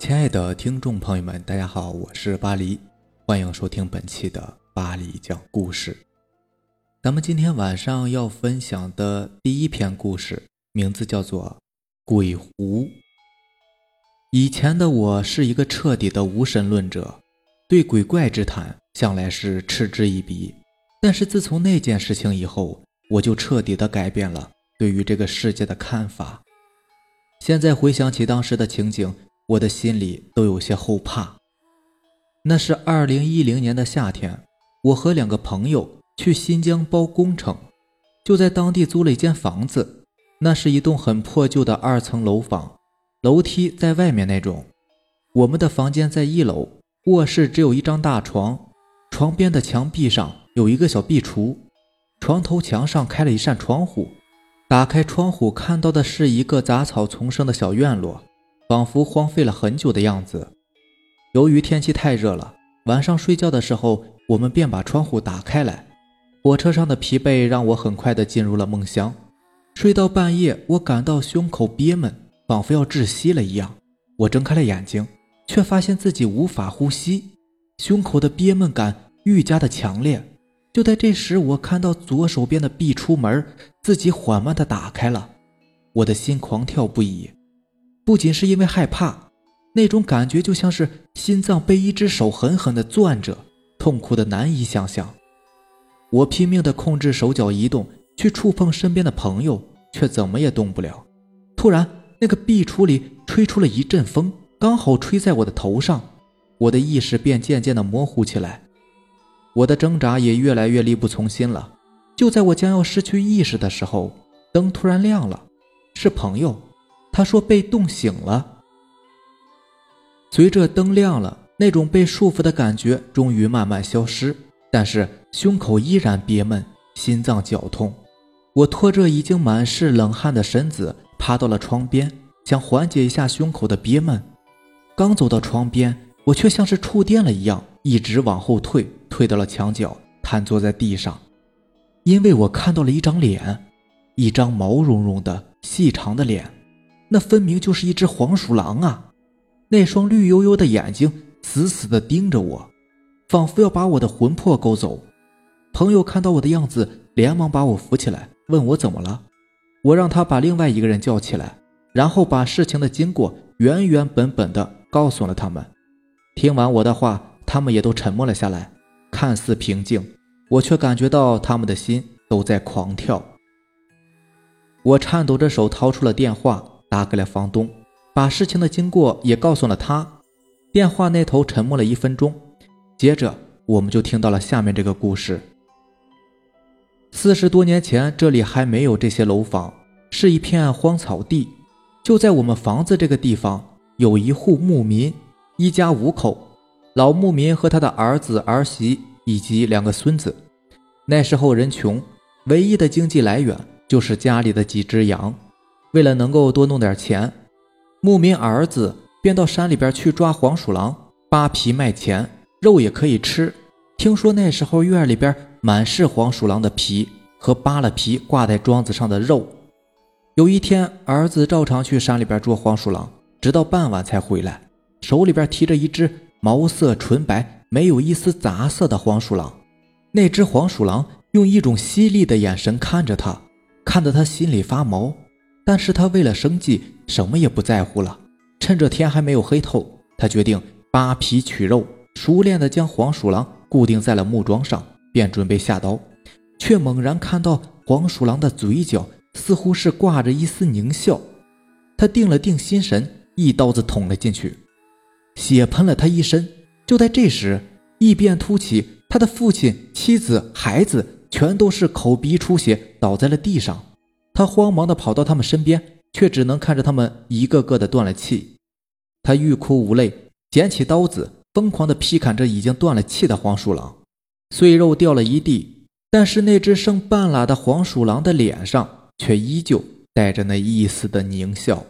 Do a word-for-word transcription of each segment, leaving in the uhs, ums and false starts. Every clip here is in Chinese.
亲爱的听众朋友们，大家好，我是巴黎，欢迎收听本期的巴黎讲故事。咱们今天晚上要分享的第一篇故事，名字叫做《鬼狐》。以前的我是一个彻底的无神论者，对鬼怪之谈向来是嗤之以鼻，但是自从那件事情以后，我就彻底的改变了对于这个世界的看法。现在回想起当时的情景，我的心里都有些后怕。那是二零一零年的夏天，我和两个朋友去新疆包工程，就在当地租了一间房子。那是一栋很破旧的二层楼房，楼梯在外面那种。我们的房间在一楼，卧室只有一张大床，床边的墙壁上有一个小壁橱，床头墙上开了一扇窗户，打开窗户看到的是一个杂草丛生的小院落，仿佛荒废了很久的样子。由于天气太热了，晚上睡觉的时候，我们便把窗户打开来。火车上的疲惫让我很快地进入了梦乡。睡到半夜，我感到胸口憋闷，仿佛要窒息了一样。我睁开了眼睛，却发现自己无法呼吸，胸口的憋闷感愈加的强烈。就在这时，我看到左手边的壁橱门自己缓慢地打开了，我的心狂跳不已。不仅是因为害怕，那种感觉就像是心脏被一只手狠狠地攥着，痛苦的难以想象。我拼命地控制手脚移动，去触碰身边的朋友，却怎么也动不了。突然，那个壁橱里吹出了一阵风，刚好吹在我的头上，我的意识便渐渐地模糊起来。我的挣扎也越来越力不从心了。就在我将要失去意识的时候，灯突然亮了，是朋友，他说被冻醒了。随着灯亮了，那种被束缚的感觉终于慢慢消失，但是胸口依然憋闷，心脏绞痛。我拖着已经满是冷汗的身子爬到了窗边，想缓解一下胸口的憋闷。刚走到窗边，我却像是触电了一样，一直往后退，退到了墙角，瘫坐在地上。因为我看到了一张脸，一张毛茸茸的细长的脸，那分明就是一只黄鼠狼啊！那双绿油油的眼睛死死地盯着我，仿佛要把我的魂魄勾走。朋友看到我的样子，连忙把我扶起来，问我怎么了。我让他把另外一个人叫起来，然后把事情的经过原原本本地告诉了他们。听完我的话，他们也都沉默了下来，看似平静，我却感觉到他们的心都在狂跳。我颤抖着手掏出了电话，打给了房东，把事情的经过也告诉了他。电话那头沉默了一分钟，接着我们就听到了下面这个故事。四十多年前，这里还没有这些楼房，是一片荒草地。就在我们房子这个地方，有一户牧民，一家五口，老牧民和他的儿子儿媳以及两个孙子。那时候人穷，唯一的经济来源就是家里的几只羊。为了能够多弄点钱，牧民儿子便到山里边去抓黄鼠狼，扒皮卖钱，肉也可以吃。听说那时候院里边满是黄鼠狼的皮和扒了皮挂在桩子上的肉。有一天，儿子照常去山里边捉黄鼠狼，直到傍晚才回来，手里边提着一只毛色纯白，没有一丝杂色的黄鼠狼。那只黄鼠狼用一种犀利的眼神看着他，看得他心里发毛。但是他为了生计，什么也不在乎了。趁着天还没有黑透，他决定扒皮取肉，熟练地将黄鼠狼固定在了木桩上，便准备下刀，却猛然看到黄鼠狼的嘴角似乎是挂着一丝狞笑。他定了定心神，一刀子捅了进去，血喷了他一身。就在这时，异变突起，他的父亲、妻子、孩子全都是口鼻出血，倒在了地上。他慌忙地跑到他们身边，却只能看着他们一个个的断了气。他欲哭无泪，捡起刀子，疯狂地劈砍着已经断了气的黄鼠狼，碎肉掉了一地，但是那只剩半拉的黄鼠狼的脸上却依旧带着那一丝的狞笑。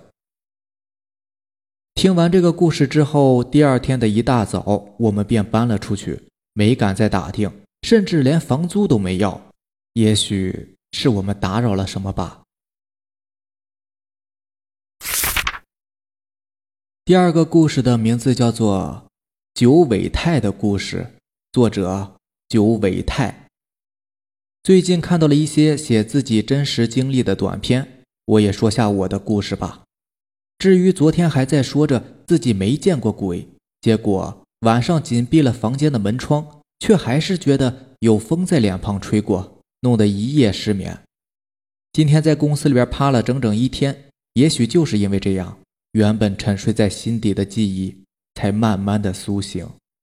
听完这个故事之后，第二天的一大早，我们便搬了出去，没敢再打听，甚至连房租都没要。也许是我们打扰了什么吧。 第二个故事的名字叫做九尾泰的故事，作者九尾泰。最近看到了一些写自己真实经历的短片，我也说下我的故事吧。至于昨天还在说着自己没见过鬼，结果晚上紧闭了房间的门窗，却还是觉得有风在脸庞吹过，弄得一夜失眠。今天在公司里边趴了整整一天，也许就是因为这样，原本沉睡在心底的记忆才慢慢的苏醒。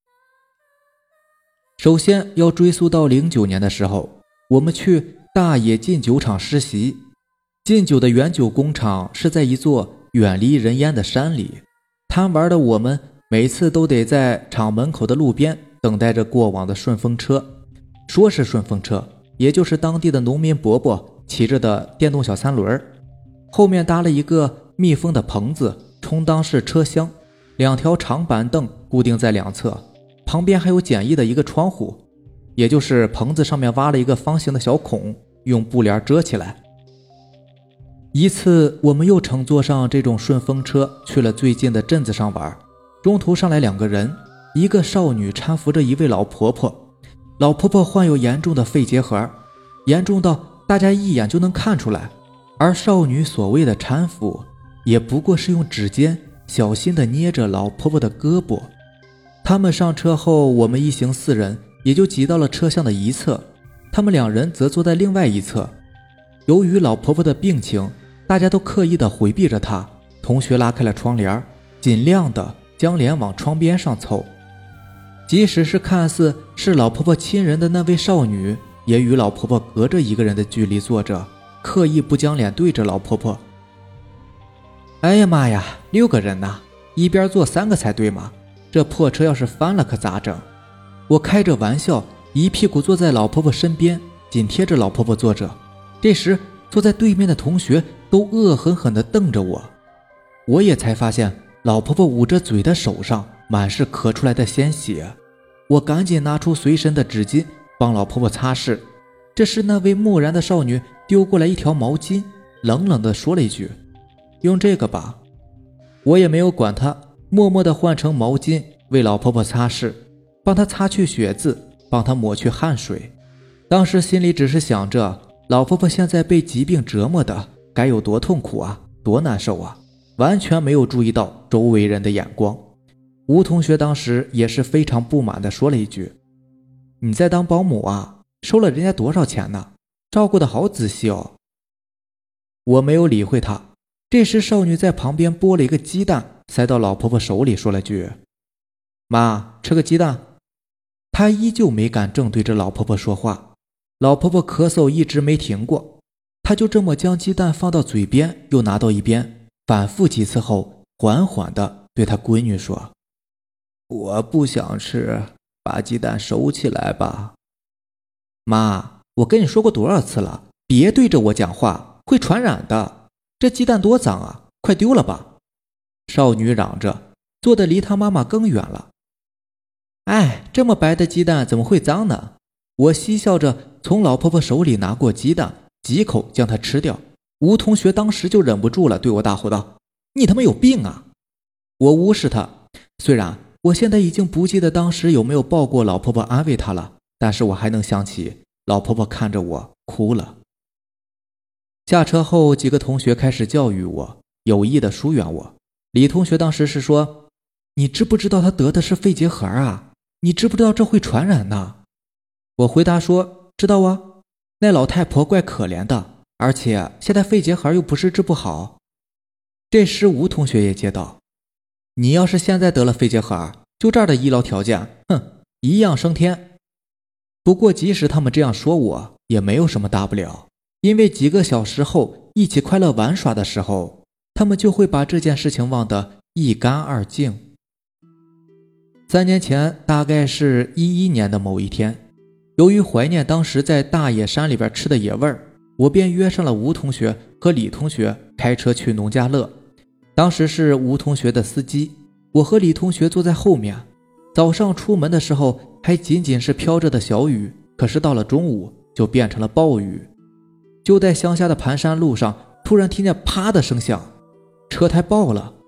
首先要追溯到零九年的时候，我们去大野禁酒厂实习。禁酒的原酒工厂是在一座远离人烟的山里，贪玩的我们每次都得在厂门口的路边等待着过往的顺风车。说是顺风车，也就是当地的农民伯伯骑着的电动小三轮，后面搭了一个密封的棚子充当是车厢，两条长板凳固定在两侧，旁边还有简易的一个窗户，也就是棚子上面挖了一个方形的小孔，用布帘遮起来。一次我们又乘坐上这种顺风车去了最近的镇子上玩，中途上来两个人，一个少女搀扶着一位老婆婆，老婆婆患有严重的肺结核，严重到大家一眼就能看出来，而少女所谓的搀扶也不过是用指尖小心地捏着老婆婆的胳膊。他们上车后，我们一行四人也就挤到了车厢的一侧，他们两人则坐在另外一侧。由于老婆婆的病情，大家都刻意地回避着她，同学拉开了窗帘，尽量地将脸往窗边上凑。即使是看似是老婆婆亲人的那位少女，也与老婆婆隔着一个人的距离坐着，刻意不将脸对着老婆婆。哎呀妈呀，六个人呐，一边坐三个才对嘛，这破车要是翻了可咋整？我开着玩笑，一屁股坐在老婆婆身边，紧贴着老婆婆坐着。这时坐在对面的同学都恶狠狠地瞪着我，我也才发现老婆婆捂着嘴的手上满是咳出来的鲜血。我赶紧拿出随身的纸巾帮老婆婆擦拭。这时那位木然的少女丢过来一条毛巾，冷冷地说了一句：用这个吧。我也没有管她，默默地换成毛巾为老婆婆擦拭，帮她擦去血渍，帮她抹去汗水。当时心里只是想着老婆婆现在被疾病折磨的该有多痛苦啊，多难受啊，完全没有注意到周围人的眼光。吴同学当时也是非常不满地说了一句：你在当保姆啊，收了人家多少钱呢？照顾得好仔细哦。我没有理会他。这时少女在旁边剥了一个鸡蛋塞到老婆婆手里，说了句：妈，吃个鸡蛋。她依旧没敢正对着老婆婆说话。老婆婆咳嗽一直没停过，她就这么将鸡蛋放到嘴边，又拿到一边，反复几次后，缓缓地对她闺女说：我不想吃，把鸡蛋收起来吧。妈，我跟你说过多少次了，别对着我讲话，会传染的。这鸡蛋多脏啊，快丢了吧。少女嚷着，坐得离她妈妈更远了。哎，这么白的鸡蛋怎么会脏呢？我嬉笑着从老婆婆手里拿过鸡蛋，几口将它吃掉。吴同学当时就忍不住了，对我大吼道：你他妈有病啊！我无视他，虽然我现在已经不记得当时有没有抱过老婆婆安慰她了，但是我还能想起老婆婆看着我哭了。下车后，几个同学开始教育我，有意的疏远我。李同学当时是说：你知不知道她得的是肺结核啊？你知不知道这会传染呢？我回答说：知道啊，那老太婆怪可怜的，而且现在肺结核又不是治不好。这时吴同学也接道：你要是现在得了肺结核，就这儿的医疗条件，哼，一样升天。不过即使他们这样说我，也没有什么大不了，因为几个小时后一起快乐玩耍的时候，他们就会把这件事情忘得一干二净。三年前，大概是一一年的某一天，由于怀念当时在大野山里边吃的野味儿，我便约上了吴同学和李同学开车去农家乐。当时是吴同学的司机，我和李同学坐在后面。早上出门的时候还仅仅是飘着的小雨，可是到了中午就变成了暴雨。就在乡下的盘山路上，突然听见啪的声响，车胎爆了。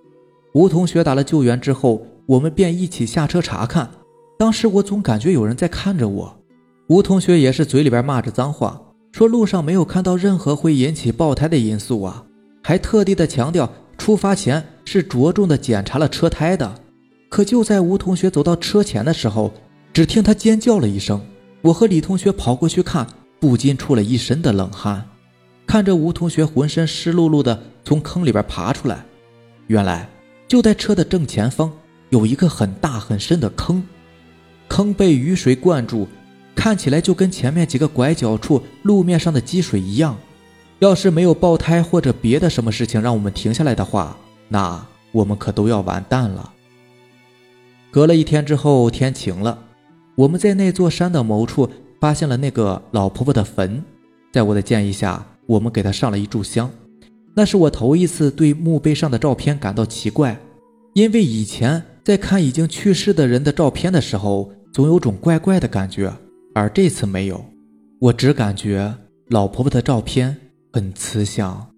吴同学打了救援之后，我们便一起下车查看。当时我总感觉有人在看着我。吴同学也是嘴里边骂着脏话，说路上没有看到任何会引起爆胎的因素啊，还特地的强调出发前是着重的检查了车胎的。可就在吴同学走到车前的时候，只听他尖叫了一声，我和李同学跑过去看，不禁出了一身的冷汗。看着吴同学浑身湿漉漉的从坑里边爬出来，原来就在车的正前方有一个很大很深的坑，坑被雨水灌注，看起来就跟前面几个拐角处路面上的积水一样。要是没有爆胎或者别的什么事情让我们停下来的话，那我们可都要完蛋了。隔了一天之后，天晴了，我们在那座山的某处发现了那个老婆婆的坟。在我的建议下，我们给她上了一炷香。那是我头一次对墓碑上的照片感到奇怪，因为以前在看已经去世的人的照片的时候，总有种怪怪的感觉，而这次没有，我只感觉老婆婆的照片很慈祥。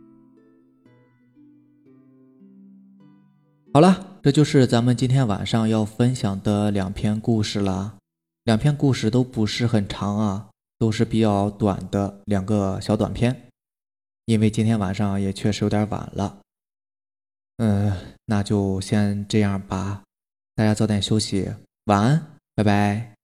好了，这就是咱们今天晚上要分享的两篇故事了。两篇故事都不是很长啊，都是比较短的两个小短片。因为今天晚上也确实有点晚了，嗯，那就先这样吧，大家早点休息，晚安，拜拜。